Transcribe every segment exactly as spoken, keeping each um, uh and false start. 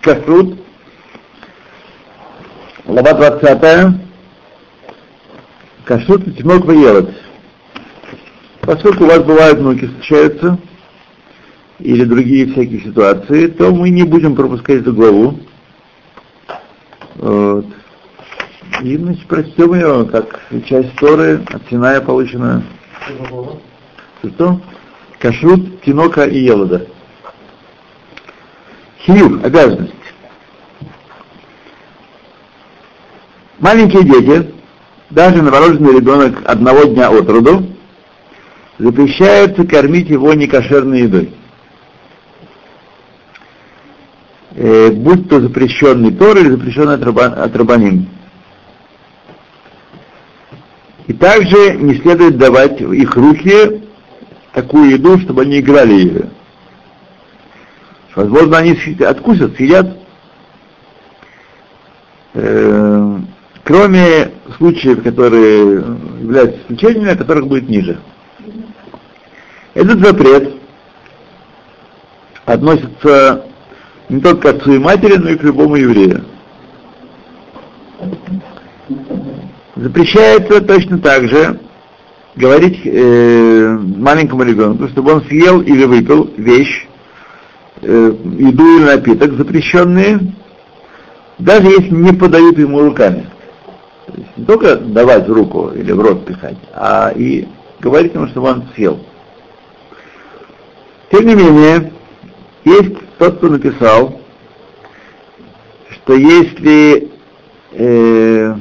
Кашрут. Глава двадцатая. Кашрут тинок ваелот. Поскольку у вас бывают внуки, встречаются, или другие всякие ситуации, то мы не будем пропускать эту главу. Вот. И, значит, прочтем ее, как часть Торы от Синая полученная. Что? Кашрут, тинока и елода. Хиюв, обязанность. Маленькие дети, даже новорожденный ребенок одного дня от роду, запрещается кормить его некошерной едой. Э, будь то запрещенный Тор или запрещенный от рабаним. И также не следует давать в их руки такую еду, чтобы они играли ее. Возможно, они откусят, съедят. Э, кроме случаев, которые являются исключениями, о которых будет ниже. Этот запрет относится не только к отцу и матери, но и к любому еврею. Запрещается точно так же говорить э, маленькому ребенку, чтобы он съел или выпил вещь, э, еду или напиток запрещенные, даже если не подают ему руками. То есть не только давать в руку или в рот пихать, а и говорить ему, чтобы он съел. Тем не менее, есть тот, кто написал, что если э,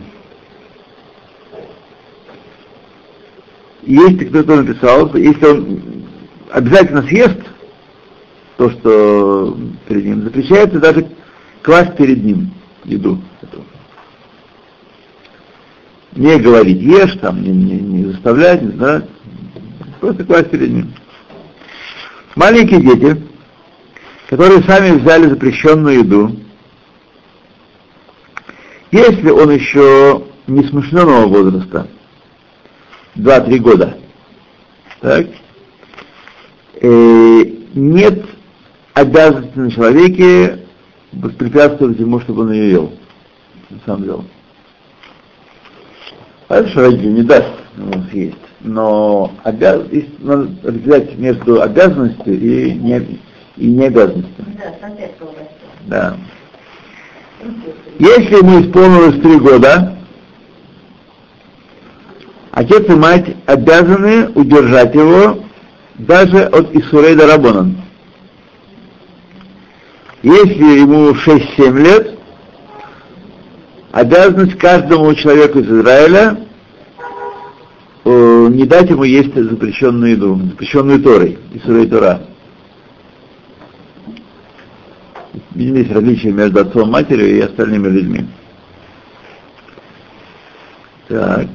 если кто-то написал, что если он обязательно съест то, что перед ним, запрещается даже класть перед ним еду. Не говорить ешь, там, не, не, не заставлять, не знать, просто класть перед ним. Маленькие дети, которые сами взяли запрещенную еду, если он еще не смышленого возраста, два-три года, так, э, нет обязанности на человеке воспрепятствовать ему, чтобы он ее ел, сам взял. Конечно, родитель не даст ему съесть, но обяз... надо разделять между обязанностью и, не... и необязанностью. Да. Если ему исполнилось три года, отец и мать обязаны удержать его даже от Исурей Дарабонан. Если ему шесть-семь лет, обязанность каждому человеку из Израиля э, не дать ему есть запрещенную еду, запрещенную Торой, Исурей Тора. Видимо, есть различия между отцом, матерью и остальными людьми. Так.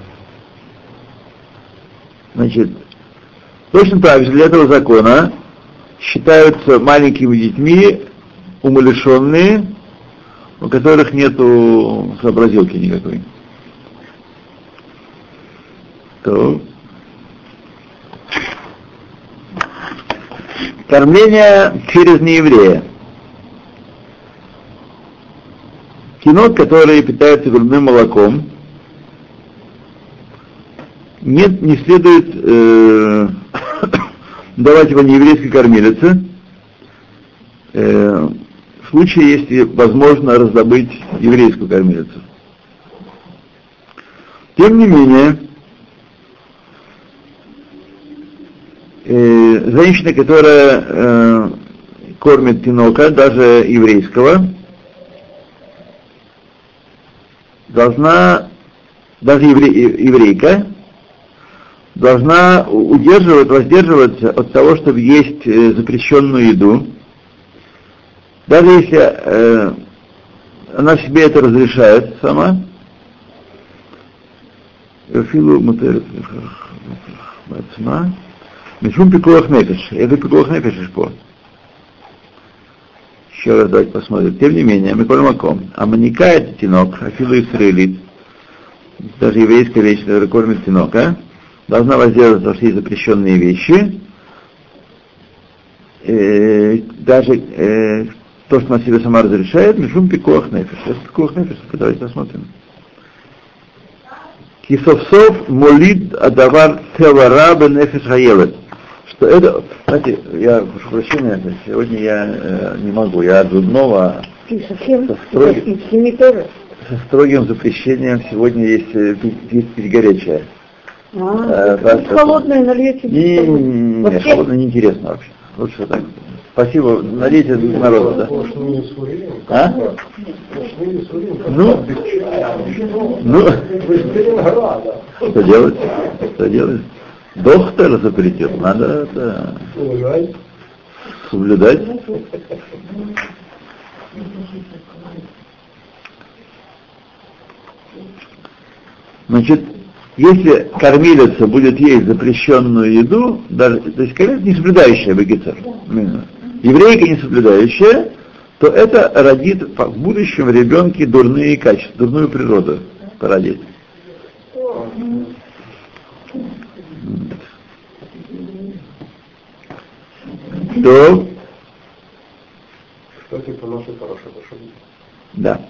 Значит, точно так же для этого закона считаются маленькими детьми умалишенные, у которых нету сообразилки никакой. То. Кормление через нееврея. Тинок, который питается грудным молоком, нет, не следует э, давать его нееврейской кормилице, э, в случае, если возможно раздобыть еврейскую кормилицу. Тем не менее, э, женщина, которая э, кормит тинока, даже еврейского, должна, даже евре, еврейка, должна удерживать, воздерживаться от того, чтобы есть э, запрещенную еду, даже если э, она себе это разрешает сама. Мишум пикулах нефиш. Это пикулах нефиш по. Еще раз давайте посмотрим. Тем не менее, мы колем маком. А маника это тинок, афилу исраилит, даже еврейская вещь, которая кормит тинока, должна воздерживаться, потому что есть запрещенные вещи, э, даже э, то, что она себе сама разрешает, мишум пикуах нефиш. Это пикуах нефиш, давайте посмотрим. Кисовсов молит адавар тевара бен нефиш хаевет. Что это, знаете, я прошу прощения, сегодня я э, не могу, я от зубного со строгим, со строгим запрещением сегодня есть, есть пить горячее. А, э, холодное нальете? Не, не, не, холодное неинтересно вообще. Лучше так. Спасибо, налейте народу, да? А? Ну, ну, что делать? Что делать? Доктор запретил, надо это соблюдать. Значит, если кормилица будет есть запрещенную еду, даже, то есть кормилица не соблюдающая бегицер, еврейка не соблюдающая, то это родит в будущем в ребенке дурные качества, дурную природу породит. Что? Кстати, по нашей хорошей лошади. Да.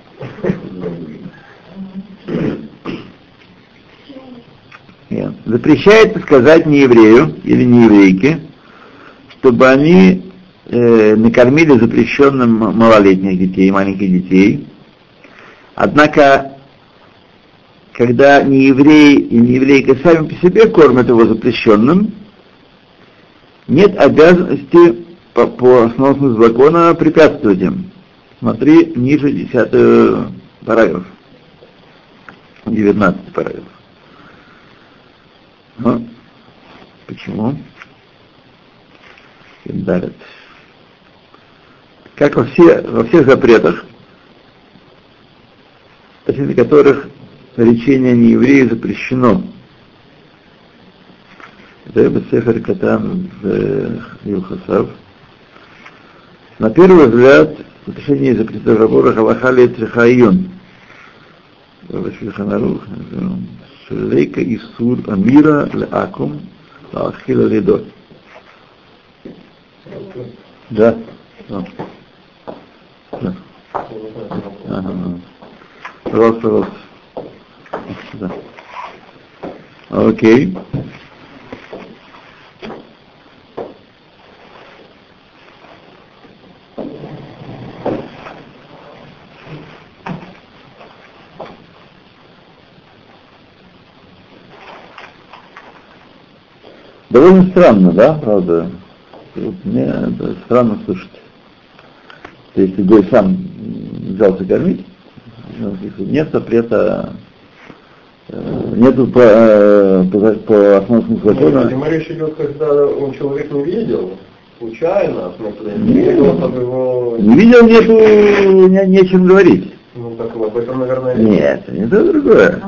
Нет. Запрещается сказать нееврею или нееврейке, чтобы они э, накормили запрещенным малолетних детей, маленьких детей. Однако, когда нееврей и нееврейка сами по себе кормят его запрещенным, нет обязанности по, по основному закона препятствовать им. Смотри ниже десятый параграф, девятнадцатый параграф. Ну, почему? Дарят. Как во, все, во всех запретах, относительно которых лечение нееврея запрещено. Это Сефер Катан в Илхасав. На первый взгляд, в отношении запретов рабора Халахали Трихайон. Шелейка Исур Амира Леакум Лахила Лидот. Да. Да. Ага. Пожалуйста, пожалуйста. Да. Окей. Довольно странно, да, правда? Вот мне это странно слышать. Если Гой сам взялся кормить, нет запрета, нету по, по, по основному закону. Видимо, речь идет, когда он человек не видел, случайно, в смысле, не видел, чтобы его... Не видел, нету, не, нечем говорить. Ну, так об этом, наверное, нет. Нет, не то другое.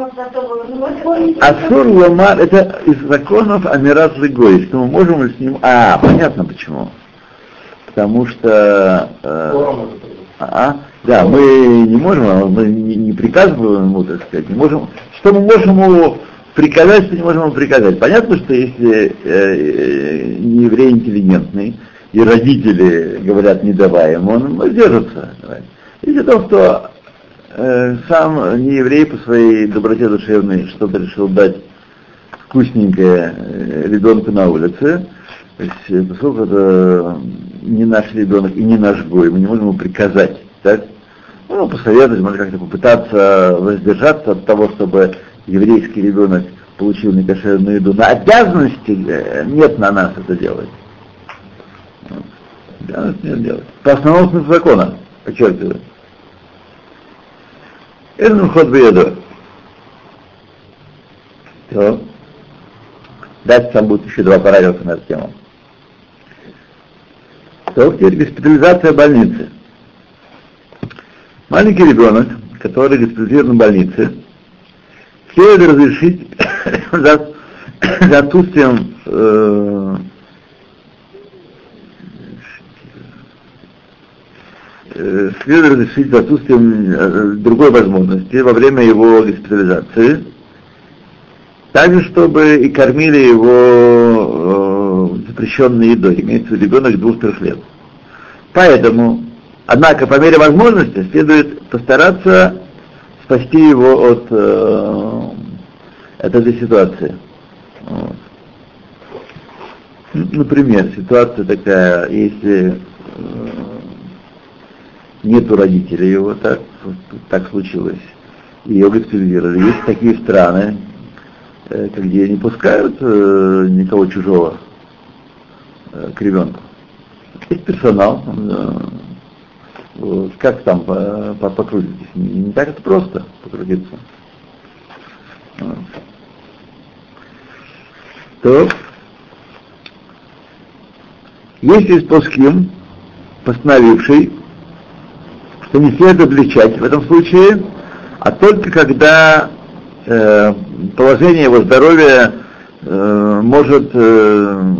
Асур ламар, это из законов Амират Лигой, что мы можем с ним... А, понятно почему. Потому что... Э, а, да, мы не можем, мы не, не приказываем ему, так сказать, не можем... Что мы можем ему приказать, что не можем ему приказать. Понятно, что если э, не еврей интеллигентный, и родители говорят не давай ему, он воздержится. Речь о том, что э, сам нееврей по своей доброте душевной что-то решил дать вкусненькое э, ребенку на улице, то есть, поскольку это не наш ребенок и не наш гой, мы не можем ему приказать, так? Ну, посоветовать, может как-то попытаться воздержаться от того, чтобы еврейский ребенок получил некошерную еду. Но обязанности э, нет на нас это делать. Обязанности нет делать. По основному смыслу закона, подчеркиваю. Это ход в еду. То. Дальше там будет еще два параграфа на эту тему. То, теперь госпитализация больницы. Маленький ребенок, который госпитализирован в больнице, следует разрешить за, за отсутствием э, следует разрешить за отсутствием другой возможности во время его госпитализации, также чтобы и кормили его э, запрещенной едой, имеется в виду ребенок двух-трех лет. Поэтому Однако, по мере возможности, следует постараться спасти его от, э, от этой ситуации. Вот. Например, ситуация такая, если э, нету родителей его, так, так случилось, и его госпитализировали. Есть такие страны, э, где не пускают э, никого чужого э, к ребенку. Есть персонал, э, вот, как там э, покрутитесь? Не, не так это просто покрутиться. Вот. То есть из поским, постановивший, что не следует обличать в этом случае, а только когда э, положение его здоровья э, может э,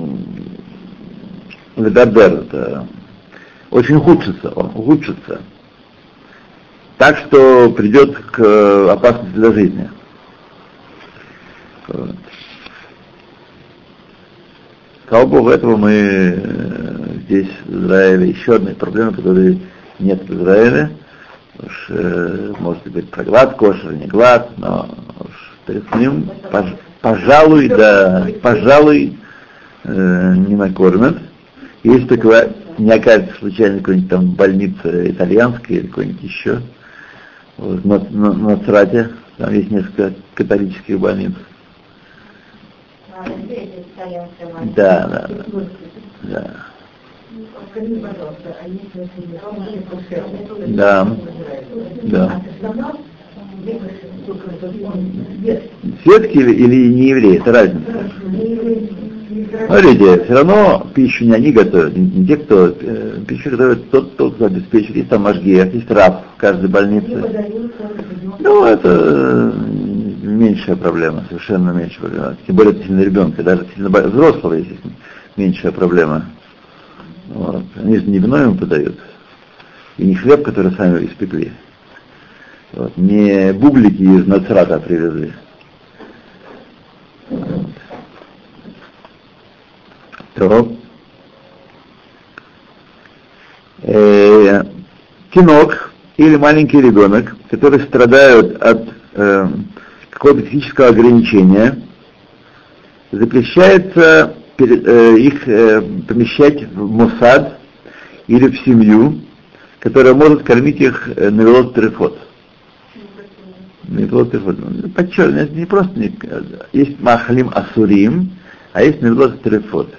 это, очень ухудшиться, он ухудшится, так что придет к опасности для жизни. Вот. Слава Богу, этого мы здесь, в Израиле, еще одной проблемы, которой нет в Израиле. Уж, э, может быть, про глад, кошер, не глад, но уж перед ним, пож, пожалуй, да, пожалуй, э, не накормят. Если только не окажется случайно какой-нибудь там больница итальянская или какой-нибудь еще, вот, на, на, на Црате, там есть несколько католических больниц. Да, да, да. Да. Да. Светки или, или не евреи, это разница. Смотрите, все равно пищу не они готовят, не, не те, кто э, пищу готовит тот, тот, кто обеспечивает. Есть там машгех, есть раб в каждой больнице. Ну, это э, меньшая проблема, совершенно меньшая проблема. Тем более относительно ребенка, даже относительно взрослого есть меньшая проблема. Вот. Они же не вино ему подают, и не хлеб, который сами испекли. Вот. Не бублики из Нацрата привезли. Вот. То. Э, кинок или маленький ребенок, которые страдают от э, какого-то физического ограничения, запрещается э, их э, помещать в мосад или в семью, которая может кормить их э, навелот трефот. Навелот трефот. Подчеркну, это не просто не, есть махалим асурим, а есть навелот трефот.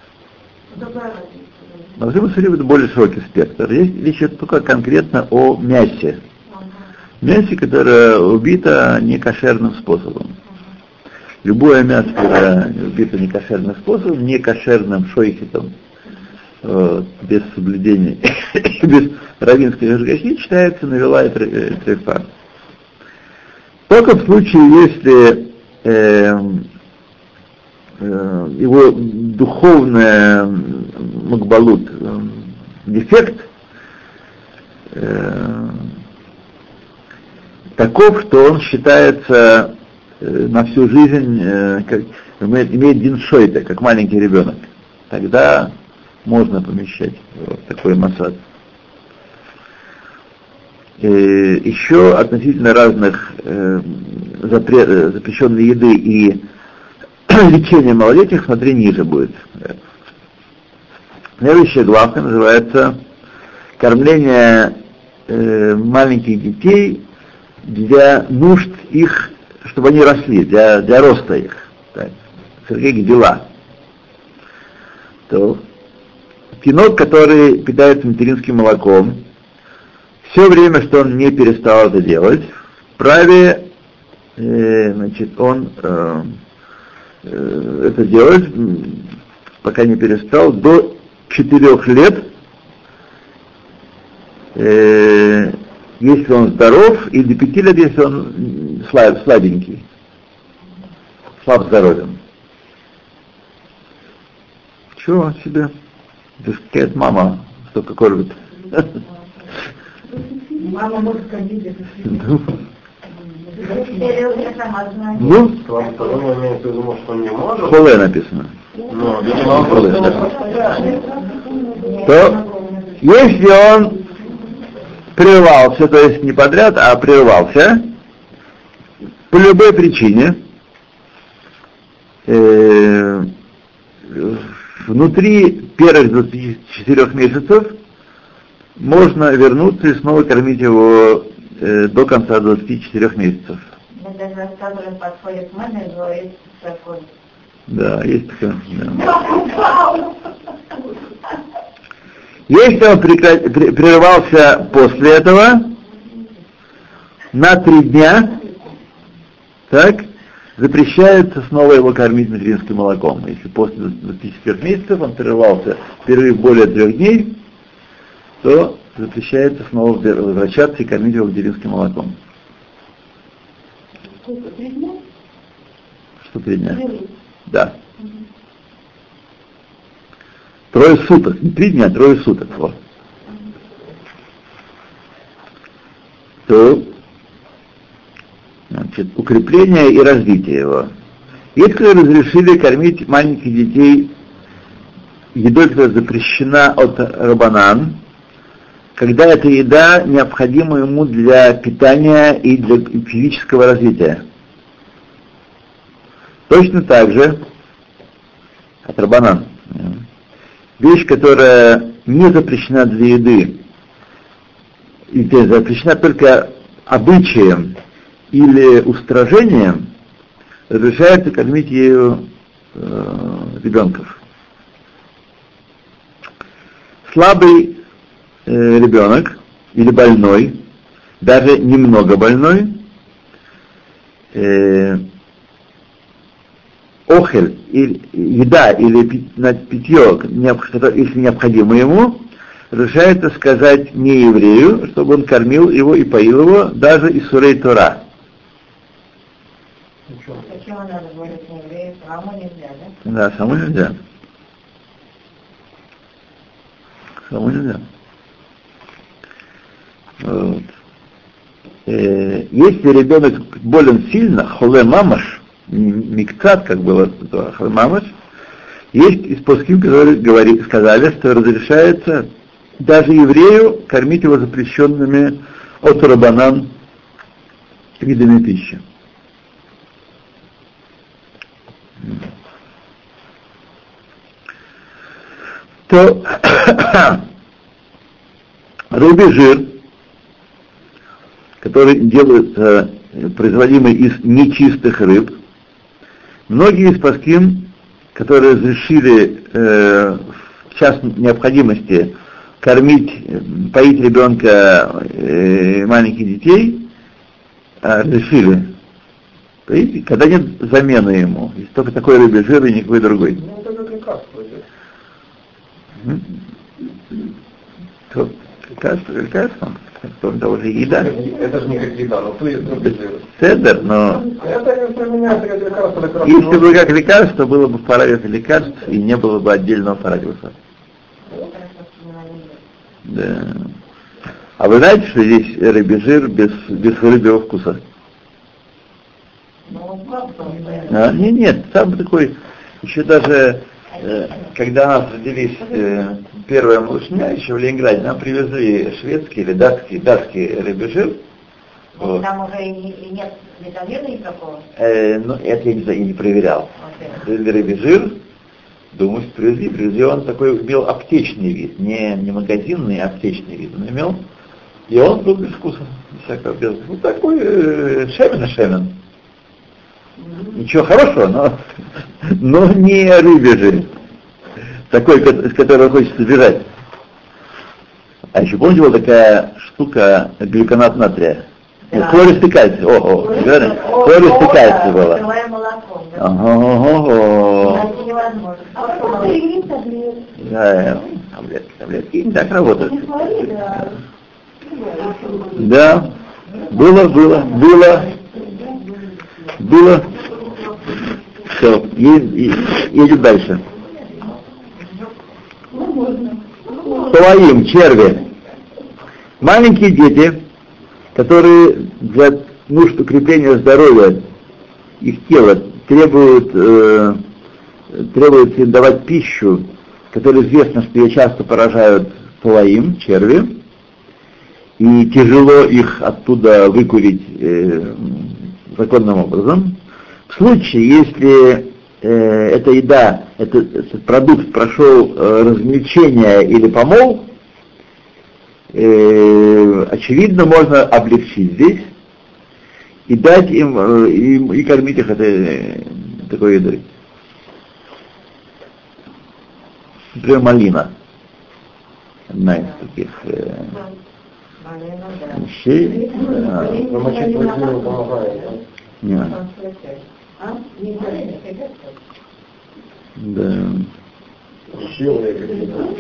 Махалим асурим — это более широкий спектр. Здесь речь идет только конкретно о мясе. Мясо, которое убито некошерным способом. Любое мясо, которое убито некошерным способом, некошерным шойхетом, э, без соблюдения, без раввинской жгачи, считается навела и трефа. Только в случае, если э, э, его духовный макбалут, э, дефект, э, таков, что он считается э, на всю жизнь, э, как, имеет, имеет дин шойта, как маленький ребенок. Тогда можно помещать вот такой масад. Э, еще относительно разных э, запре- запрещенной еды и лечения малолетних, смотри, ниже будет. Следующая главка называется «Кормление э, маленьких детей для нужд их, чтобы они росли, для, для роста их». Так, Сергей дела. То тинок, который питается материнским молоком, все время, что он не перестал это делать, вправе, э, значит, он э, э, это делать, пока не перестал, до четырех лет, э, если он здоров, и до пяти лет, если он слаб, слабенький, слаб здоровьем. Чего себе? Это какая-то мама столько кормит. Мама может кормить. Ну, холе написано. То, если он прервался, то есть не подряд, а прервался по любой причине, э, внутри первых двадцати четырёх месяцев можно вернуться и снова кормить его э, до конца двадцати четырёх месяцев. Это который подходит к маме и говорит такой. Да, есть такое. Да. Если он прекра- при- прервался после этого на три дня, так, запрещается снова его кормить материнским молоком. Если после двадцати четырёх месяцев он прервался перерыв более трех дней, то запрещается снова возвращаться и кормить его материнским молоком. Сколько, три дня? Что три дня? Три. Да. Трое суток. Не три дня, а трое суток. Вот. То, значит, укрепление и развитие его. Есть, которые разрешили кормить маленьких детей едой, которая запрещена от рабанан, когда эта еда необходима ему для питания и для физического развития. Точно так же от рабанан. Вещь, которая не запрещена для еды, и запрещена только обычаем или устражением, разрешается кормить ею э, ребенков. Слабый э, ребенок или больной, даже немного больной, э, охель, или, еда или питье, если необходимо ему, разрешается сказать не еврею, чтобы он кормил его и поил его, даже из сурей Тора. Почему надо говорить не еврею? Самому нельзя, да? Да, самому нельзя. Самому нельзя. Вот. Э, если ребенок болен сильно, холе мамаш, микцат, как было холе мамаш, есть из паским, которые говори, сказали, что разрешается даже еврею кормить его запрещенными от рабанан видами пищи. То рыбий жир, который делается, производимый из нечистых рыб, многие из паским, которые разрешили э, в час необходимости кормить, поить ребенка, э, маленьких детей, э, разрешили, поить, когда нет замены ему, есть только такой рыбий жир и никакой другой. Ну, это как лекарство идет. То, лекарство, лекарство, кроме того же еда. Это же не как еда, но ты Седер, но это применяется как лекарство, лекарство. если бы как лекарство, было бы в параграфе лекарств и не было бы отдельного параграфа. Да. А вы знаете, что здесь рыбий жир без, без рыбьего вкуса? А, нет, нет, сам такой, еще даже, э, когда у нас родились э, первая малышня, еще в Ленинграде, нам привезли шведский или датский, датский рыбий жир. Вот. Там уже и, и нет витамина никакого? Э, ну, это я не, я не проверял. Привезли рыбий жир, думаю, что привезли, привезли, он такой имел аптечный вид, не, не магазинный, а аптечный вид он имел. И он был без вкуса, всякого без, ну такой э, шемен-шемен. Ничего хорошего, но, но не рыбий жир, такой, из которого хочется бежать. А еще помните, была такая штука глюконат натрия? Да. Хлористый кальций, о, о, хлористый кальций было. Ого-го-го. Да, таблетки, таблетки, не так работают. Да, было, было, было. Было. Все, едет дальше. Половим, черви. Маленькие дети, которые для нужд укрепления здоровья их тела требуют, э, требуется им давать пищу, которая известно, что ее часто поражают половим, черви. и тяжело их оттуда выкурить э, законным образом. В случае, если э, эта еда, этот, этот продукт прошел э, размельчение или помол, э, очевидно, можно облегчить здесь и дать им, э, им и кормить их этой, такой едой. Например, малина. Одна из таких э, вещей. Да. Намочить в воде помогает. Нет. Да. Белые какие-то.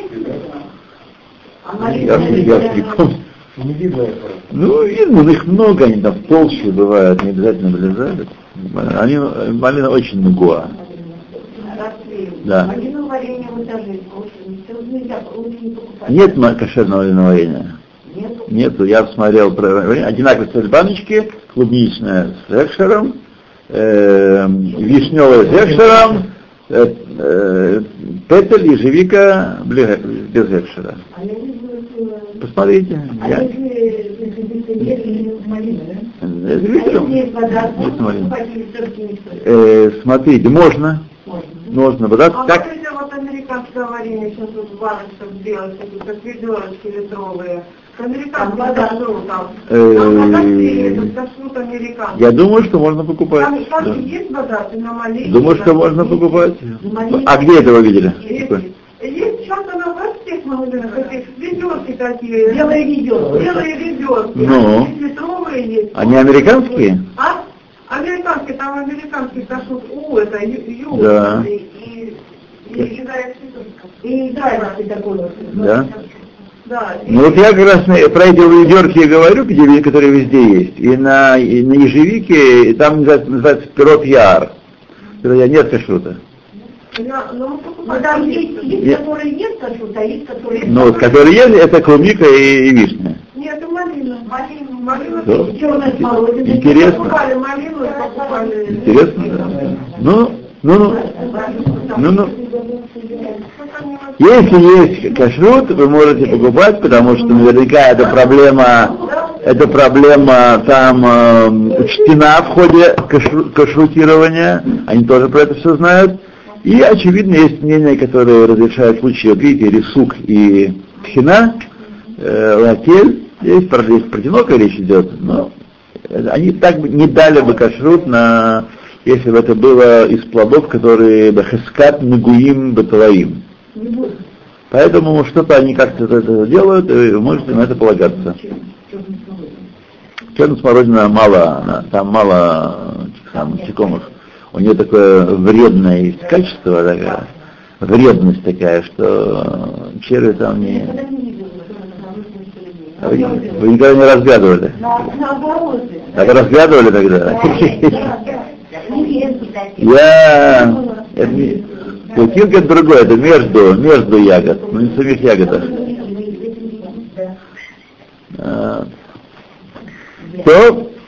Я, я не помню. Не видно их. Ну, видно, их много, они там в толще бывают, не обязательно вылезают. Они, малина очень нугуа. Да. Малину варенье вы даже нельзя, лучше не покупать. Нет кошерного малинового варенья? Нету. Нету. Я смотрел про одинаковые стоят баночки, клубничная с экшером, э, вишневая с экшером, э, э, петель, ежевика без экшера. А я вижу, Посмотрите. а Я... если есть малина, да? С вечером? А если есть вода, Есть можно малина. покупать или все-таки не стоит? Э, смотрите, можно. Можно. Можно, вода А так. вот это вот американское варенье, сейчас вот в баночках делают, такие как ведерочки литровые. Американцы кашрут там. Там вода светит, кашрут американцы. Я думаю, что можно покупать. Там, там Да. есть вода, ты на малине. Думаю, что можно покупать. Малина. А где это вы видели? Есть, есть часто на всех магазинах, такие ведерки такие. Белые ведерки. Белые ведерки. Ну. Есть литровые есть. Они американские? А? Американский, там американский кашрут. У, это ю, ю. Да. И, и, и, и, И израильский такой вот. Да. да. И- Ну вот я как раз на- про эти ведерки говорю, где, которые везде есть. И на, и на ежевике, и там называется, называется пирот яр. Пирот яр, нет кашрута. Я- ну, мы Ну покупаем. там есть, есть Нет. которые нет кашрута, а есть которые... Ну вот, которые есть, это клубника и, и вишня. Нет, это малина. Малина. Малина. Да. Черная смородина. Интересно. Покупали малину и покупали. Интересно, да? Ну, ну, ну, ну, ну. Если есть кашрут, вы можете покупать, потому что наверняка эта проблема, эта проблема там э, учтена в ходе кашру- кашрутирования, они тоже про это все знают. И, очевидно, есть мнения, которые разрешают случаи, вот видите, рисук и тхина, э, лакель, здесь про, здесь про тинока речь идет, но они так бы не дали бы кашрут, на, если бы это было из плодов, которые бахескат нагуим баталаим. Поэтому что-то они как-то это делают, и вы можете на это полагаться. Черная смородина мало, она- там мало этих самых насекомых. У нее такое вредное есть качество, такая, вредность такая, что черви там не... А Вы, вы никогда не разглядывали? Наоборот. Так разглядывали тогда? Я... Это не... Паутинка это другое, это между, между ягод, но не в самих ягодах. А, То,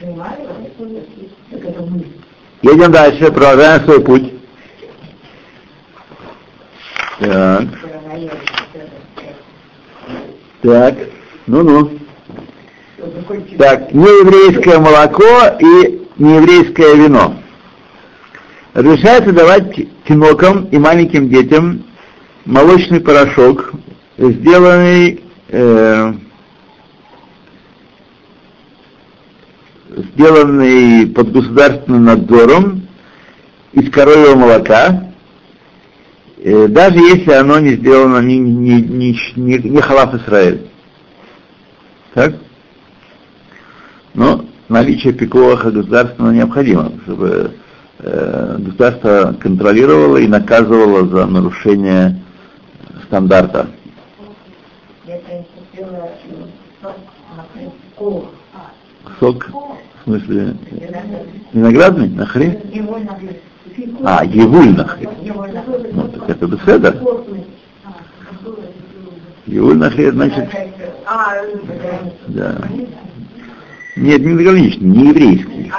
едем дальше, продолжаем свой путь. Так. Так, ну-ну. Так, нееврейское молоко и нееврейское вино. Разрешается давать тинокам и маленьким детям молочный порошок, сделанный, э, сделанный под государственным надзором из коровьего молока, э, даже если оно не сделано не, не, не, не, не халаф Исраэль. Так? Но наличие пикоха государственного необходимо, чтобы э, государство контролировало и наказывало за нарушение стандарта. Сок, в смысле, виноградный, нахри? А, евуль нахри. Ну, так это беседа. Евуль нахри, значит, А, да. Нет, не заграничный, не еврейский.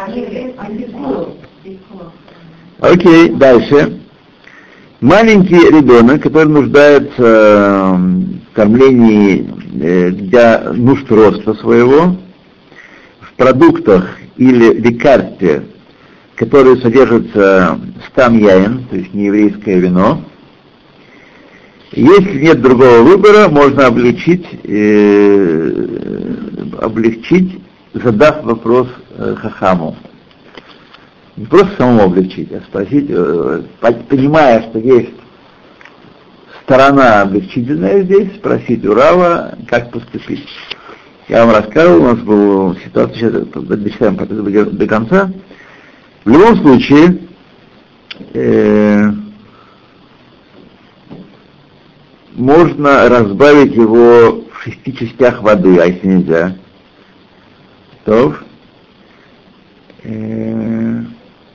Окей, дальше. Маленький ребенок, который нуждается в кормлении для нужд роста своего, в продуктах или лекарстве, которые содержатся стам яин, то есть нееврейское вино. Если нет другого выбора, можно облегчить, э, облегчить, задав вопрос э, хахаму. Не просто самому облегчить, а спросить, э, понимая, что есть сторона облегчительная здесь, спросить у Рава, как поступить. Я вам рассказывал, у нас была ситуация, сейчас дочитаем до, до конца. В любом случае, э, можно разбавить его в шести частях воды, а если нельзя, то э,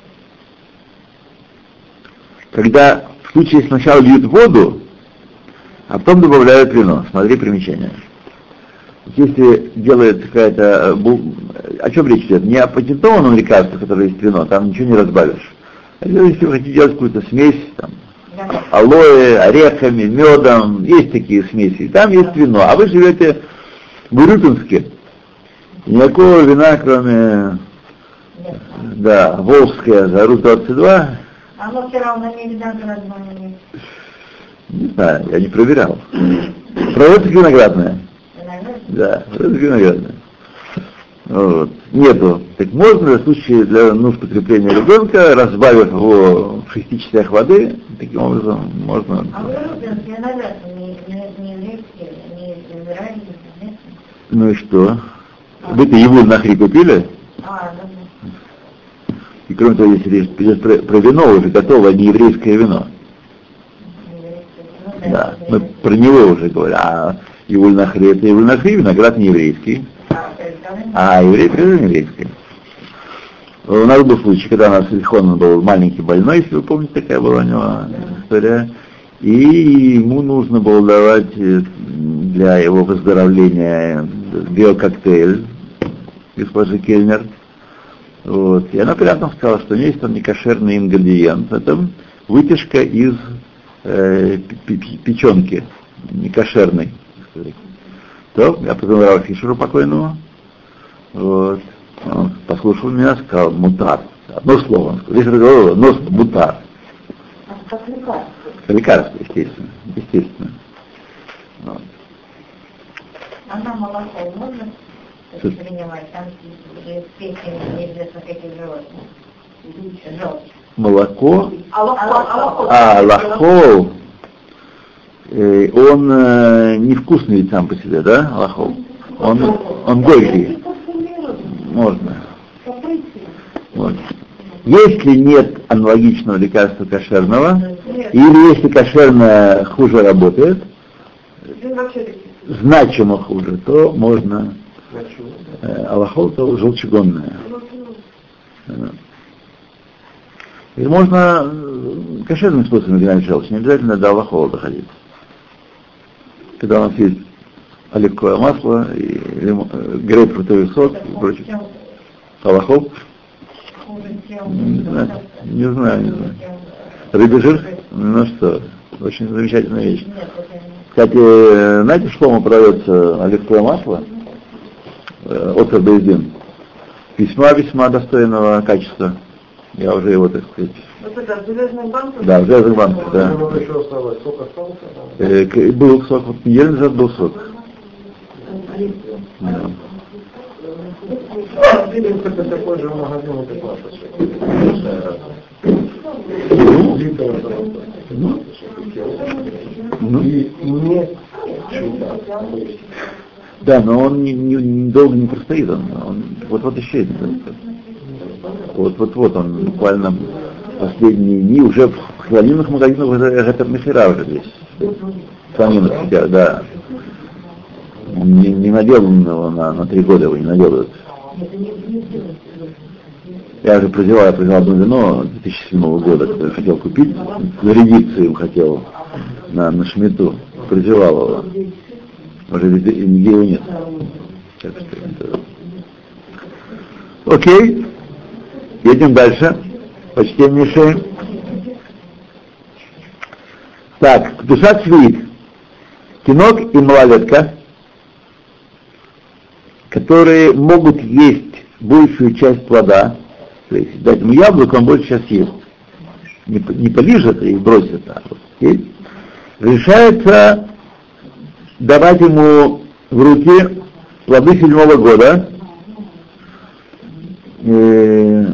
когда в случае сначала льют воду, а потом добавляют вино. Смотри примечание. Если делает какая-то... О чем речь идет? Не о патентованном лекарстве, которое есть вино, там ничего не разбавишь. А если вы хотите делать какую-то смесь, там, алоэ, орехами, медом, есть такие смеси, там есть вино. А вы живете в Урюпинске, никакого вина, кроме... Да, Волжская, за Рус двадцать два. А мы вчера у нас не видали название. Не знаю, я не проверял. Продается виноградная. Да, продается виноградная. Вот. Нету. Так можно в случае для нужд потребления ребенка, разбавив его в шести частях воды, таким образом можно... А вы ребенок виноград не еврейский, не израильский, нет? Ну и что? Вы-то его на хри купили? А, да. И кроме того, если речь идет про, про вино, уже готово не еврейское вино. Да, мы про него уже говорим. А Ивуль Нахри — это Ивуль Нахри, виноград не еврейский. А еврейский — это не еврейский. У нас был случай, когда у нас Ильхон был маленький больной, если вы помните, такая была у него история. И ему нужно было давать для его выздоровления биококтейль госпожи Кельнер. Вот. И она прямо сказала, что у нее есть там некошерный ингредиент. Это вытяжка из э, печенки, некошерной. То я позвонил Раву Фишеру покойному. Вот. Он послушал меня, сказал мутар. Одно слово он сказал. Здесь разговор, одно слово, мутар. Как лекарство. Лекарство, естественно. Естественно. Вот. А на молоко можно принимать? Там из печени неизвестно каких животных. Желчь. Молоко? А лохол. А, лохол. Э, он э, невкусный ведь сам по себе, да, лохол? Он, он горький. Можно. Вот. Если нет аналогичного лекарства кошерного, или если кошерное хуже работает, значимо хуже, то можно, э, а лохол то желчегонное. И можно кошерным способом гнать желчь, не обязательно до аллахола доходить. Когда у нас есть оливковое масло, и лимон, грейпфрутовый сок и прочее. Аллахол? Не знаю, не знаю, не знаю. Рыбий жир? Ну что, очень замечательная вещь. Кстати, знаете, что продается оливковое масло? Отцер Бейздин. Весьма-весьма достойного качества. Я уже его, так сказать... Вот это, в железных банках? Да, в железных банках, да. Еще осталось, сок остался? Э, был сок, вот неделю назад был сок. Да. Это такой же магазин, как Ну, ну, и не да, но он не, не, не долго не простоит, он, он вот-вот исчезнет. Вот-вот-вот, он буквально последние дни уже в хранильных магазинах это, это мехера уже здесь. Хранильных, да. Не, не наделан его на, на три года, его не наделают. Я уже прозевал, я прозевал одно вино две тысячи седьмого года, которое хотел купить, зарядиться им хотел на, на шмету, прозевал его. Уже нигде его нет. Так что, окей, едем дальше. Почтеннейшие. Так, душа свит. Тинок и малолетка которые могут есть большую часть плода, то есть дать ему яблоко, он больше сейчас ест. Не, не полижет и бросит, а вот есть. Решается давать ему в руки плоды седьмого года. Э,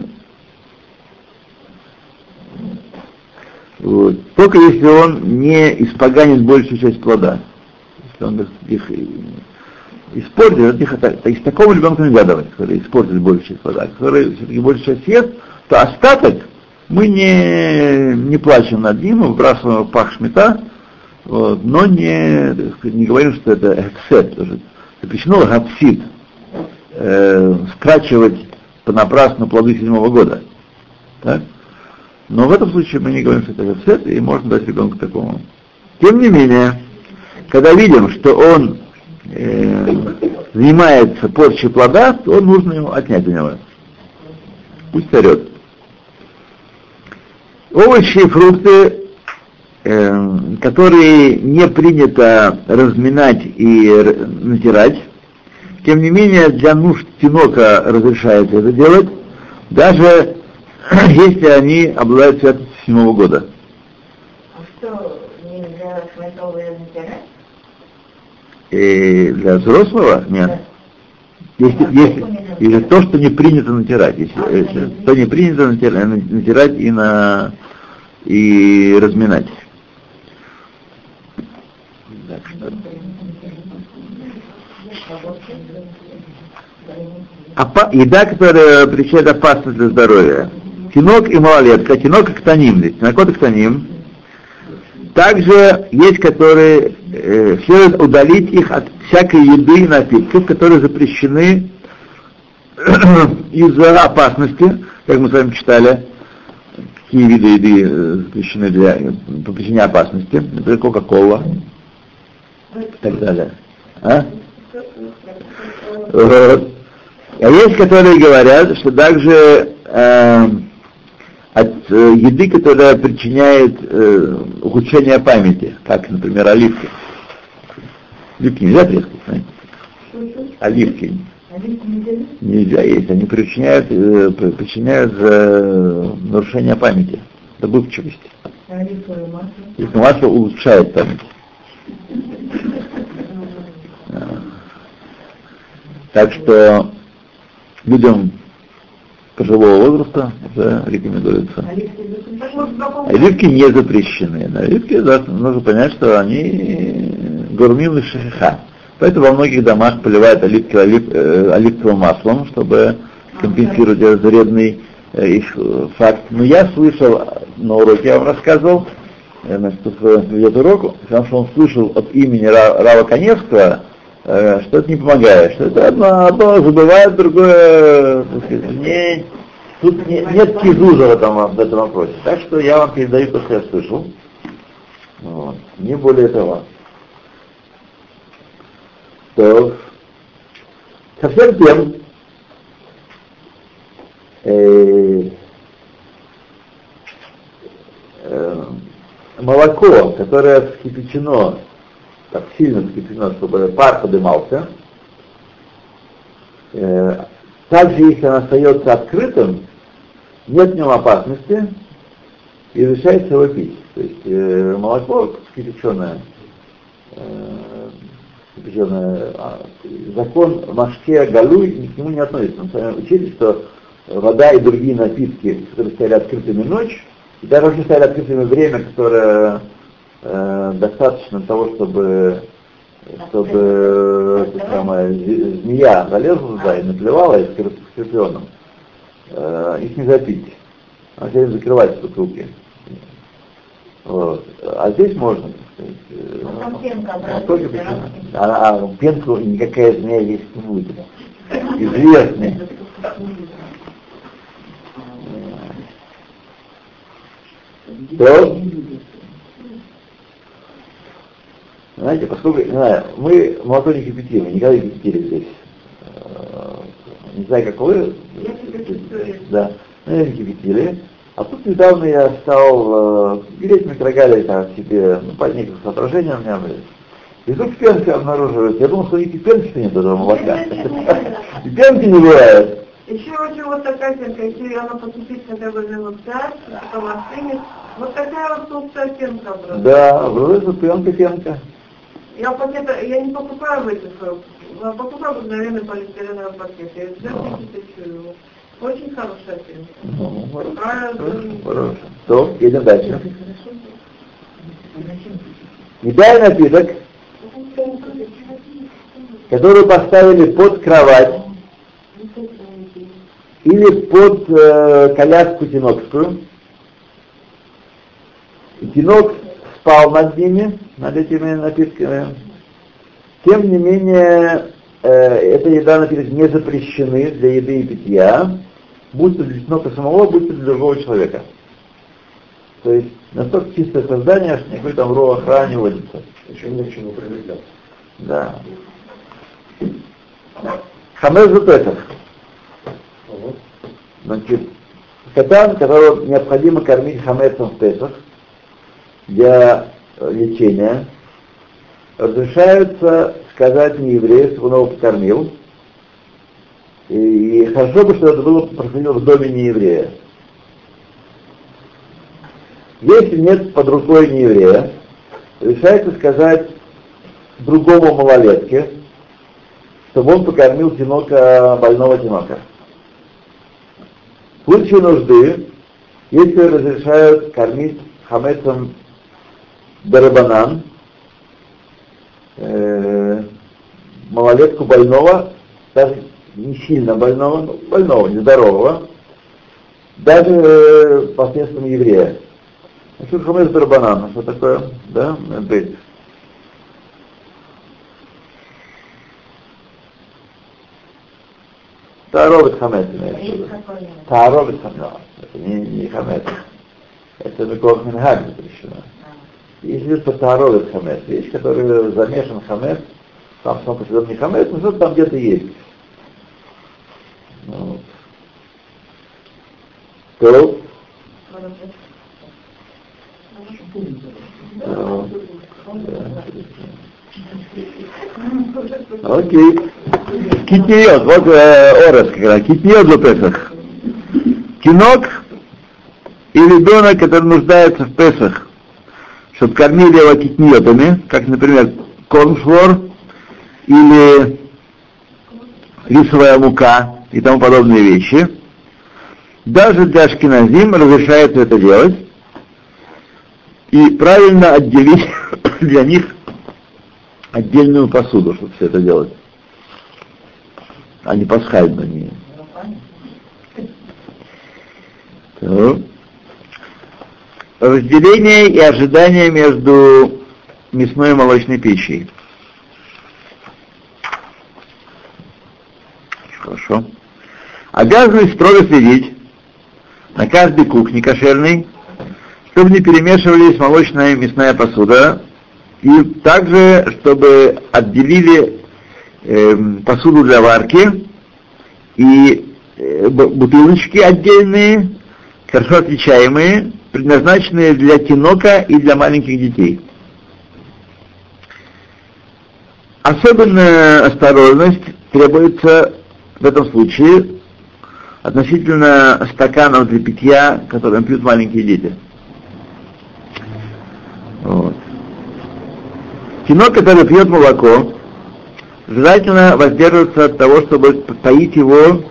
вот, только если он не испоганит большую часть плода. Если он их испортит, их, то есть такому ребенку нельзя давать, который испортит большую часть плода, который все-таки большую часть съест, то остаток мы не, не плачем над ним, мы выбрасываем его в пах шмита, вот, но не, не говорим, что это эксет, запрещено гапсид, э, скрачивать понапрасну плоды седьмого года. Так? Но в этом случае мы не говорим, что это гапсид, и можно дать ребенку такому. Тем не менее, когда видим, что он э, занимается порчей плода, то нужно ему отнять у него. Пусть орет. Овощи и фрукты, э, которые не принято разминать и р- натирать, тем не менее для нужд тинока разрешается это делать, даже если они обладают святостью седьмого года. А что, нельзя шматовые натирать? И для взрослого? Нет. Да. Если, если, если то, что не принято натирать, если, если то не принято натирать, натирать и на и разминать. Так что. Опа- еда, которая причиняет опасность для здоровья. Тинок и малолетка, тинок и ктаним, тинокот и ктаним. Также есть, которые э, следует удалить их от всякой еды и напитков, которые запрещены из-за опасности, как мы с вами читали, какие виды еды запрещены для, по причине опасности, например, кока-кола и так далее. А? Вот. А есть, которые говорят, что также э, от э, еды, которая причиняет э, ухудшение памяти, как, например, оливки. Оливки нельзя трескать, знаете? Оливки. Нельзя есть, они причиняют, э, причиняют э, нарушение памяти, забывчивости. Оливковое масло? Оливковое масло улучшает память. Так что людям пожилого возраста уже рекомендуется. Оливки не запрещены. Оливки, да, нужно понять, что они гурмим и шахиха. Поэтому во многих домах поливают оливки олив, э, оливковым маслом, чтобы компенсировать этот вредный э, их факт. Но я слышал на уроке, я вам рассказывал, значит, ведет уроку, потому что он слышал от имени Рава Каневского, э, что это не помогает, что это одно, одно забывает, другое, так сказать, не, тут не, нет кизуза в этом, в этом вопросе. Так что я вам передаю то, что я слышал. Вот. Не более того. То совсем тем, э, э, молоко, которое вскипячено, так сильно вскипячено, чтобы пар поднимался, э, также если оно остается открытым, нет в нем опасности и разрешается его пить. То есть э, молоко вскипяченное, э, закон Машке Галуй к нему не относится. Мы с вами учили, что вода и другие напитки, которые стояли открытыми ночь, и даже вообще стояли открытыми время, которое э, достаточно того, чтобы, чтобы это самое, змея залезла туда и наплевала, и скорпионом, э, их нельзя пить. Она все время закрывается бутылки. Вот. А здесь можно. А там пенка, а, а пенку никакая змея есть не будет. Известный. То, знаете, поскольку, не знаю, мы молоко не кипятим, мы никогда не кипятили здесь. Не знаю, как вы. Да, мы не кипятили. А тут недавно я стал э, греть микрогалей там себе, ну, по некоторым соображениям у меня были. И тут пенка обнаруживается. Я думал, что и пенки нет этого молока. И пенки не бывает. Еще очень вот такая пенка, если она поступит хотя бы минут пять, потом остынет, вот такая вот толстая пенка образуется. Да, образуется пенка-пенка. Я пакет, я не покупаю в этих, покупаю обыкновенный полиэтиленовый пакет. Я взял и тысячу его. Очень хорошая пенка. Ну, хорошо. То, едем дальше. Еда и напиток, который поставили под кровать или под э, коляску тинокскую. И тинок спал над ними, над этими напитками. Тем не менее, э, эта еда и напиток не запрещены для еды и питья, будь то для тинока самого, будь то для другого человека. То есть настолько чистое создание, что никакой там роа охрана не водится. Еще не к чему привлекаться. Да. Хамец за Песах. Угу. Значит, катан, которого необходимо кормить хамецом в Песах для лечения, разрешается сказать нееврею, чтобы он его покормил. И хорошо бы, чтобы это было происходило в доме нееврея. Если нет под рукой нееврея, решается сказать другому малолетке, чтобы он покормил тинока, больного тинока. В случае нужды, если разрешают кормить хамецом дарабанан, э, малолетку больного, даже не сильно больного, но больного, нездорового, даже э, посредством еврея. А что хамец дарабанан? Что такое? Да? Быть. Тааровит хамец имеется в виду. Тааровит хамец. Это не, не хамец. Это микох минхаг запрещено. Есть вещь по тааровит хамец. Вещь, которая замешан хамец, там сам по себе не хамец, но что-то там где-то есть. Вот. То. Окей. Китниот, вот э, орес как раз. Китниот за Песах. Кинок и ребенок, который нуждается в Песах, чтобы кормили его китниотами, как, например, корнфлор или рисовая мука и тому подобные вещи. Даже для ашкеназим разрешается это делать. И правильно отделить для них отдельную посуду, чтобы все это делать. А не пасхальную. Не. Так. Разделение и ожидание между мясной и молочной пищей. Хорошо. Обязанность строго следить на каждой кухне кошерной, чтобы не перемешивались молочная и мясная посуда, и также, чтобы отделили э, посуду для варки и э, бутылочки отдельные, хорошо отличаемые, предназначенные для тинока и для маленьких детей. Особенная осторожность требуется в этом случае относительно стаканов для питья, которые пьют маленькие дети. Вот. Тинок, который пьет молоко, желательно воздерживаться от того, чтобы поить его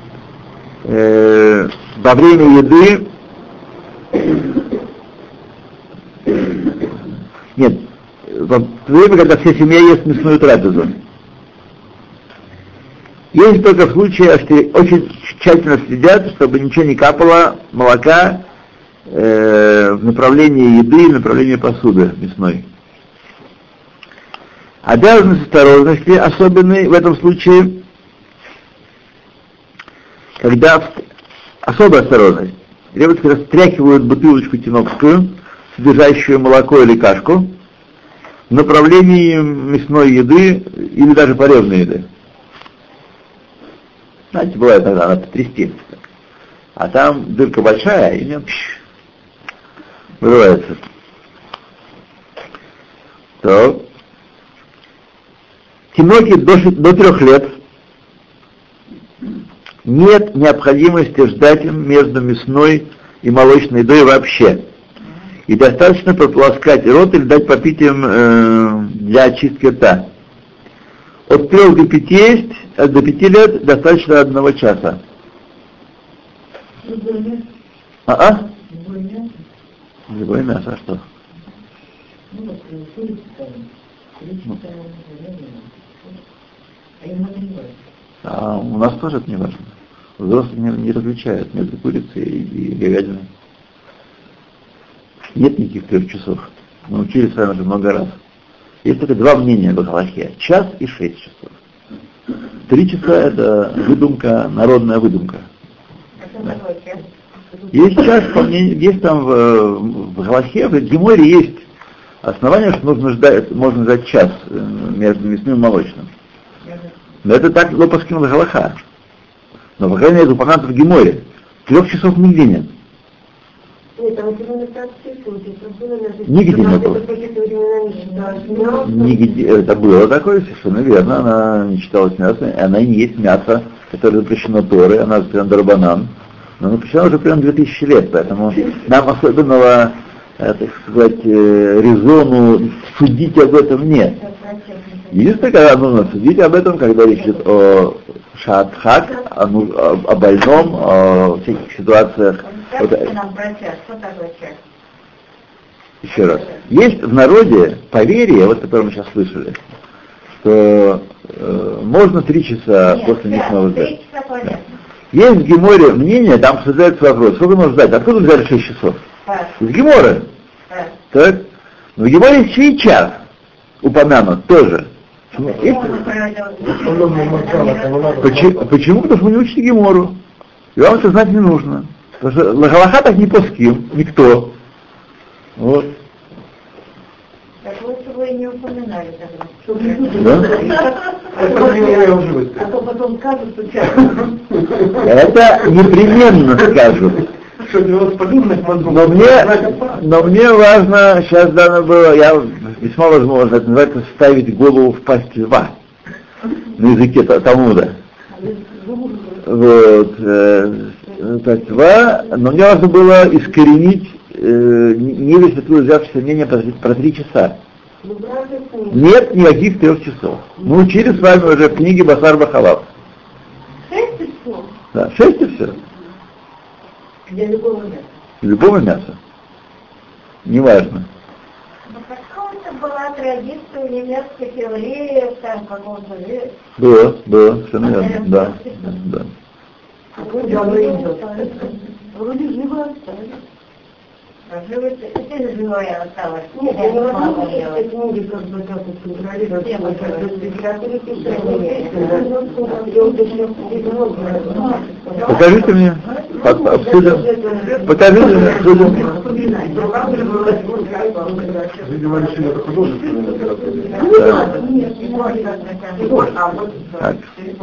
э, во время еды. Нет, во время, когда вся семья ест мясную трапезу. Есть только в случае, что очень тщательно следят, чтобы ничего не капало молока э, в направлении еды и в направлении посуды мясной. Обязанность осторожности особенной в этом случае, когда особая осторожность, требуется, когда стряхивают бутылочку тинокскую, содержащую молоко или кашку, в направлении мясной еды или даже порезной еды. Знаете, бывает иногда, надо трясти. А там дырка большая, и не вырывается. То. Тиноки до, до трех лет нет необходимости ждать между мясной и молочной едой вообще. И достаточно прополоскать рот или дать попить им э, для очистки рта. От трех до пяти есть, а до пяти лет достаточно одного часа. А-а? Любое мясо, а что? А у нас тоже это не важно. Взрослые не, не различают между курицей и, и говядиной. Нет никаких трех часов. Мы учились с вами уже много раз. Есть только два мнения в Галахе. Час и шесть часов. Три часа — это выдумка, народная выдумка. Да. Есть час, по мнению, есть там в, в Галахе, в Геморе есть основание, что нужно ждать, можно ждать час между мясным и молочным. Но это так лопаскинул Галаха. Но, по крайней мере, это упомянуто в Геморе. Трех часов нигде нет. Нигде не было. Нигде, это было такое, совершенно верно. Она не считалась мясом, она и не есть мясо, которое запрещено Торой, она запрещена Дарбанан. Но она запрещена уже примерно две тысячи лет, поэтому нам особенного, так сказать, резону судить об этом нет. Единственное, когда нужно судить об этом, когда речь идет о шаатхак, о, о, о больном, о всяких ситуациях. Вот, еще раз. Есть в народе поверье, вот которое мы сейчас слышали, что э, можно три часа Нет, после мясного ждать. Да. Есть в Геморе мнение, там обсуждается вопрос, сколько нужно ждать, откуда взяли шесть часов? Да. Из Гемора. Да. Так? Но в Геморе еще и час упомянут тоже. Почему? Почему? Потому что вы не учите Гемору. И вам это знать не нужно. Потому что Галаха так не плоским, никто. Вот. Так лучше вы и не упоминали тогда. Да? А то потом скажут, что это непременно скажут. Но мне, но мне важно, сейчас дано было, я весьма возможно, это называется вставить голову в пасть льва на языке Талмуда. Вот, э, пасть льва, но мне важно было искоренить э, не весь откуда взявшееся мнение про, про три часа. Нет никаких трех часов. Мы учили с вами уже в книге Басар Бахалав. Шесть часов? Да, шесть и все. Для любого мяса. Любого мяса. Неважно. Ну, какая-то была традиция у немецких евреев, там, какого-то века. Было, было, совершенно верно, да, да. Вроде живо остались. Живо, это живое осталось. Нет, я не могу эти книги как бы так вот контролировать. Я вот как бы в литературе пишу. Покажите мне, обсудим. Покажите мне, обсудим. Видимо, решили это художественное Так.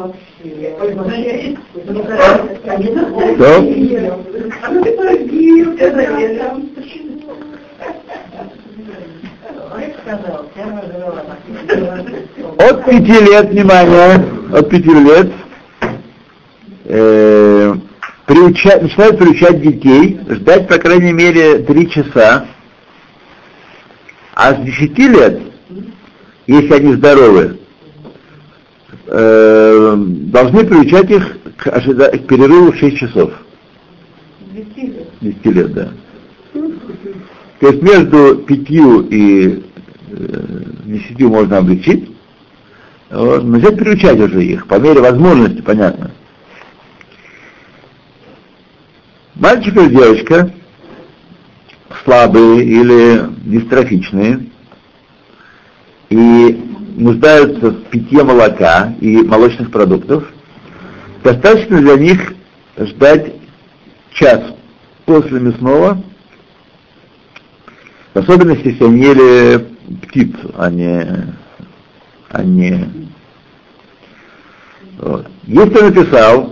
От пяти лет, внимание, от пяти лет э, приучать, начинают приучать детей ждать, по крайней мере, три часа, а с десяти лет, если они здоровы, э, должны приучать их к, ожида- к перерыву в шесть часов. десяти лет, да. То есть между пятью и э, десятью можно облегчить, вот, начать приучать уже их, по мере возможности, понятно. Мальчик или девочка, слабые или дистрофичные, и нуждаются в питье молока и молочных продуктов, достаточно для них ждать час после мясного, в особенности, если они ели птицу, а не... А не... Вот. Если он написал,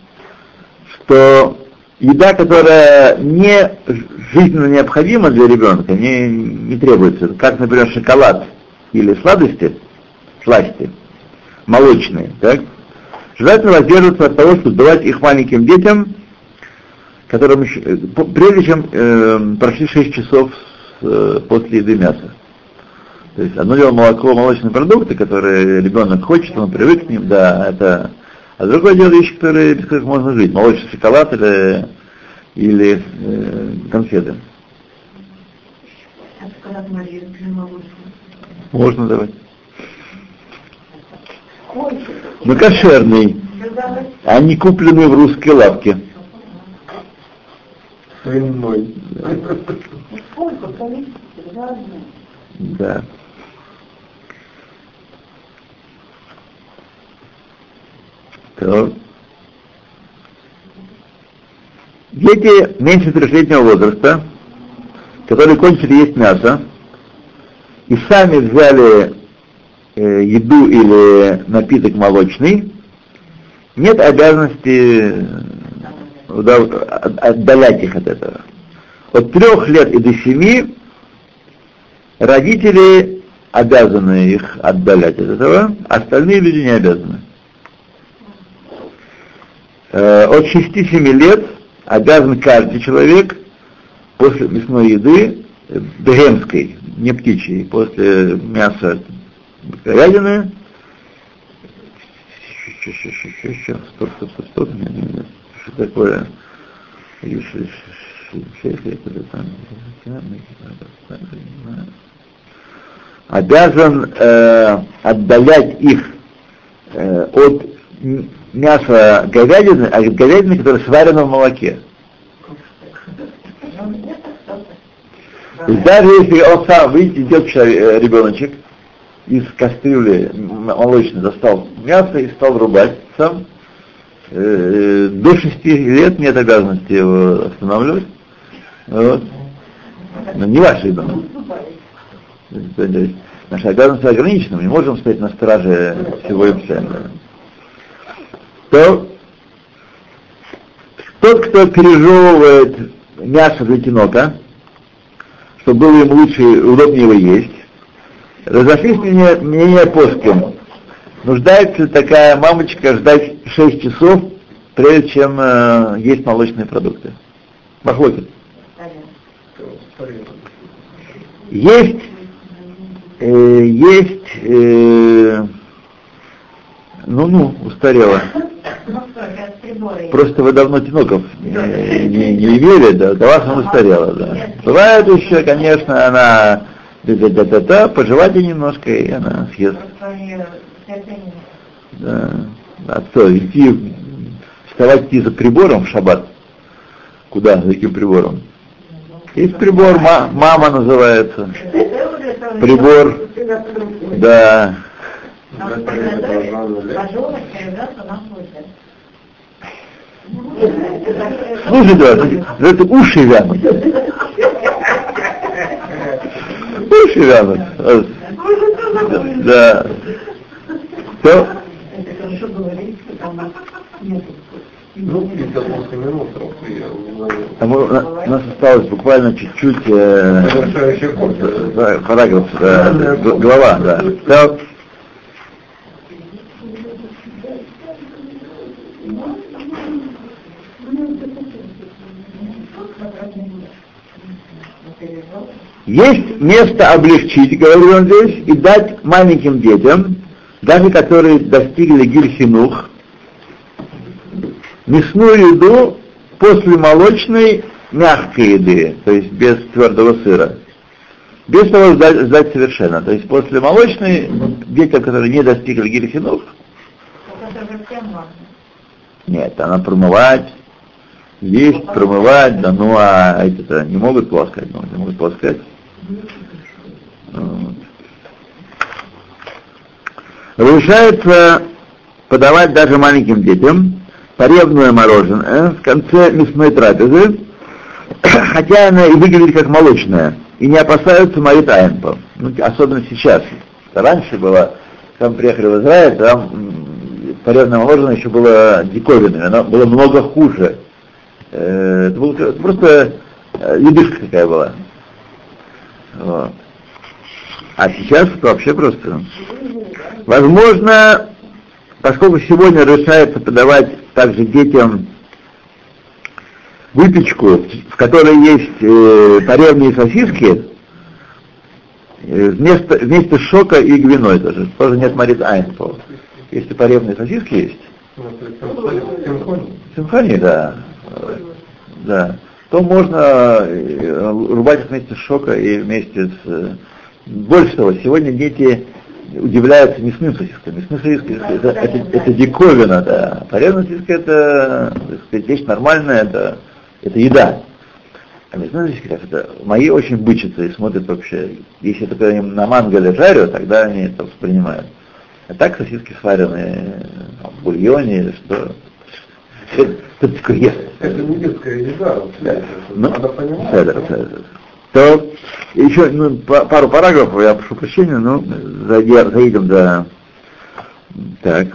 что еда, которая не жизненно необходима для ребенка, не, не требуется, как, например, шоколад или сладости, сласти, молочные, так? Желательно воздерживаться от того, чтобы давать их маленьким детям, которым еще, прежде чем э, прошли шесть часов с, э, после еды мяса. То есть одно дело молоко, молочные продукты, которые ребенок хочет, он привык к ним, да, это. А другое дело вещи, которые, без которых можно жить, молочный шоколад или, или э, конфеты. Можно давать. Но кошерный, а не купленный в русской лавке. Свиной. Да. То. Дети меньше трехлетнего возраста, которые кончили есть мясо, и сами взяли э, еду или напиток молочный, нет обязанности э, отдалять их от этого. От трех лет и до семи родители обязаны их отдалять от этого, остальные люди не обязаны. Э, от шести-семи лет обязан каждый человек после мясной еды, бегемской, не птичьей, после мяса говядины, что такое, обязан э, отдалять их э, от мяса говядины, а говядины, которая сварена в молоке. То есть даже если он сам, видите, идет человек, ребеночек из кастрюли молочной достал мясо и стал рубать сам, э, до шести лет нет обязанности его останавливать. Вот. Но не ваш ребенок. Наша обязанность ограничена, мы не можем стоять на страже всего и вся. То тот, кто пережевывает мясо для тинока, чтобы было ему лучше и удобнее его есть, разошлись мнения, мнения поским. Нуждается ли такая мамочка ждать шесть часов, прежде чем э, есть молочные продукты? Махлокит. Есть, э, есть, э, ну, ну, устарело. Просто вы давно тиноков не, не, не имели, да, до вас он устарело, да. Бывает еще, конечно, она да-да-да-да, пожевайте немножко, и она съест. Да. А что, идти, вставать идти за прибором в шаббат? Куда, за каким прибором? Есть прибор, ма- мама называется. Прибор, да. Слушайте, это уши вянут. Уши вянут. Да. Что? Ну, пятьдесят минут, а мы, у нас осталось буквально чуть-чуть э, параграф, да, глава, да. Так. Есть место облегчить, говорит он здесь, и дать маленьким детям, даже которые достигли гиль-хинух, мясную еду после молочной мягкой еды, то есть без твердого сыра. Без того сдать, сдать совершенно. То есть после молочной детям, которые не достигли гиль-хинух, нет, она промывать, есть, промывать, да, ну а эти-то не могут полоскать, ну, не могут полоскать. Вот. Разрешается подавать даже маленьким детям поребное мороженое в конце мясной трапезы, хотя она и выглядит как молочная, и не опасаются Марит Айнпо, ну, особенно сейчас. Раньше было, когда мы приехали в Израиль, там поребное мороженое еще было диковинным, оно было много хуже. Это было просто ледышка какая была. Вот. А сейчас это вообще просто. Возможно, поскольку сегодня разрешается подавать также детям выпечку, в которой есть э, паревные сосиски, э, вместо, вместо шока и гвиной тоже. Тоже нет марит айн. Если паревные сосиски есть, симфония, да, да, то можно рубать их вместе с шока и вместе с... Больше того, сегодня дети удивляются мясным сосискам. Мясные сосиски это, это, это диковина, да. Паревные сосиски это, так сказать, вещь нормальная, это, это еда. А мясные сосиски, это мои очень бычатся и смотрят вообще. Если я только на мангале жарю, тогда они это воспринимают. А так сосиски сваренные в бульоне или что. Что такое ест? Это не детская еда. Да. Ну, надо понимать. Это, это, это. То еще ну, пару параграфов, я прошу прощения, но заедем до... Так.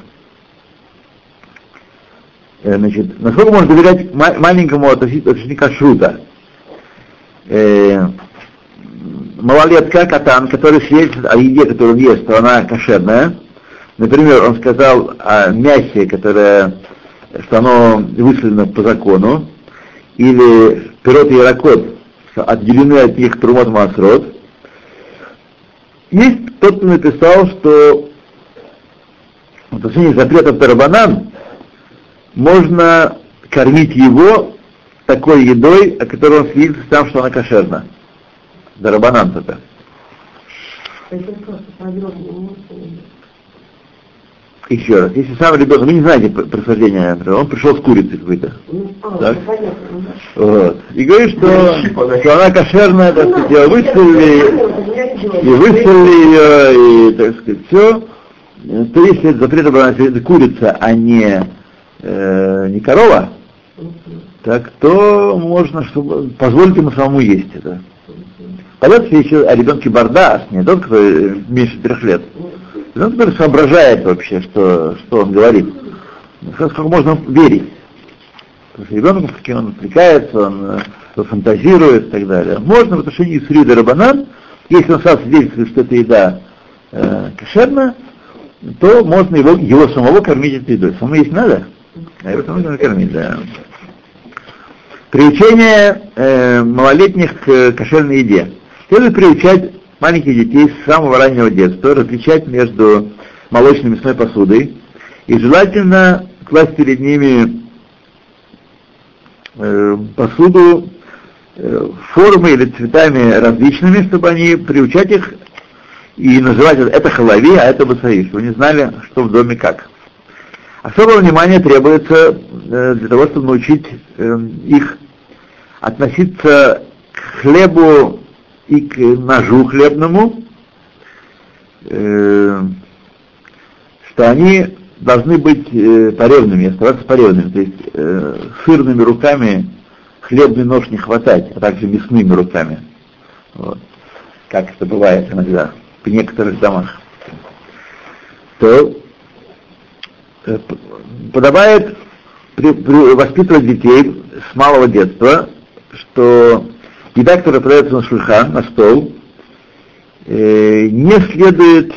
Значит, насколько можно доверять ма- маленькому относительно шрута? Э, малолетка, катан, который свидетельствует о еде, которую он ест, что она кошерная. Например, он сказал о мясе, которое, что оно выставлено по закону, или пирот и ярокот, отделены от них трумот маасрот. Есть тот, кто написал, что в отношении запрета тарабанан можно кормить его такой едой, о которой он свидетельствует сам, что она кошерна. Тарабанан это. Еще раз, если сам ребенок, вы не знаете происхождение, например, он пришел с курицей какой-то, так? Вот. И говорит, что, что она кошерная, так сказать, ее выстрелили, и выстрелили ее, и, так сказать, все, то если это запрет, это курица, а не, э, не корова, так, то можно, чтобы позволить ему самому есть это. Когда речь о ребенке бардас, не тот, кто меньше трех лет, он теперь соображает вообще, что, что он говорит. Сколько можно верить. Потому что ребенок, каким он отвлекается, он, он фантазирует и так далее. Можно в отношении срида рабанан, если он сам свидетельствует, что эта еда э, кошерна, то можно его, его самого кормить этой едой. Самому есть надо, а его самого надо кормить, да. Приучение э, малолетних к кошерной еде. Следует приучать маленьких детей с самого раннего детства различать между молочной и мясной посудой, и желательно класть перед ними э, посуду э, формой или цветами различными, чтобы они приучать их и называть это халави, а это басаи, чтобы они знали, что в доме как. Особое внимание требуется э, для того, чтобы научить э, их относиться к хлебу и к ножу хлебному, э, что они должны быть э, паревными, оставаться паревными, то есть э, сырными руками хлебный нож не хватать, а также мясными руками, вот, как это бывает иногда в некоторых домах. То э, подобает при, при, воспитывать детей с малого детства, что еда, которая подается на шульхан, на стол, э, не следует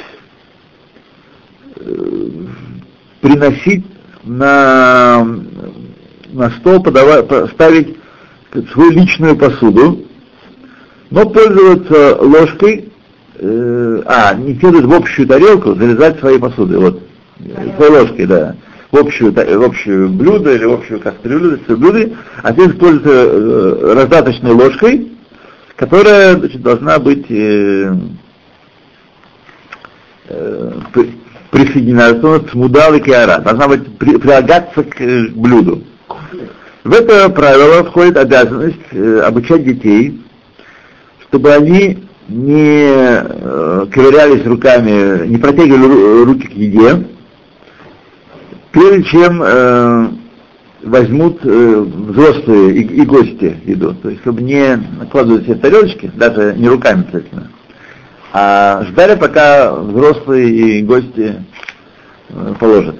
э, приносить на, на стол, подавать, ставить свою личную посуду, но пользоваться ложкой, э, а, не следует в общую тарелку залезать своей посудой, вот, своей ложкой, да, в общую, в общую блюдо или в общую кастрюлю, блюдо, а здесь используется э, раздаточной ложкой, которая, значит, должна быть э, э, присоединена, смудал и киара, должна быть при, прилагаться к э, блюду. В это правило входит обязанность э, обучать детей, чтобы они не э, ковырялись руками, не протягивали руки к еде, прежде чем э, возьмут э, взрослые и, и гости еду. То есть, чтобы не накладывать себе тарелочки, даже не руками, кстати, а ждали, пока взрослые и гости э, положат.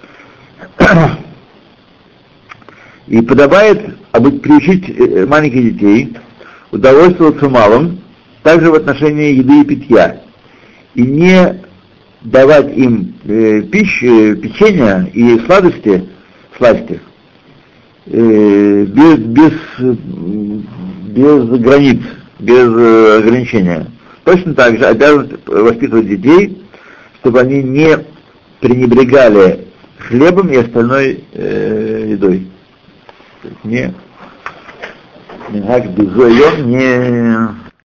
И подобает приучить э, маленьких детей удовольствоваться малым, также в отношении еды и питья. И не давать им э, пищу, печенье и сладости, сласти, э, без, без, без границ, без э, ограничения. Точно так же обязан воспитывать детей, чтобы они не пренебрегали хлебом и остальной э, едой. То есть не, не, не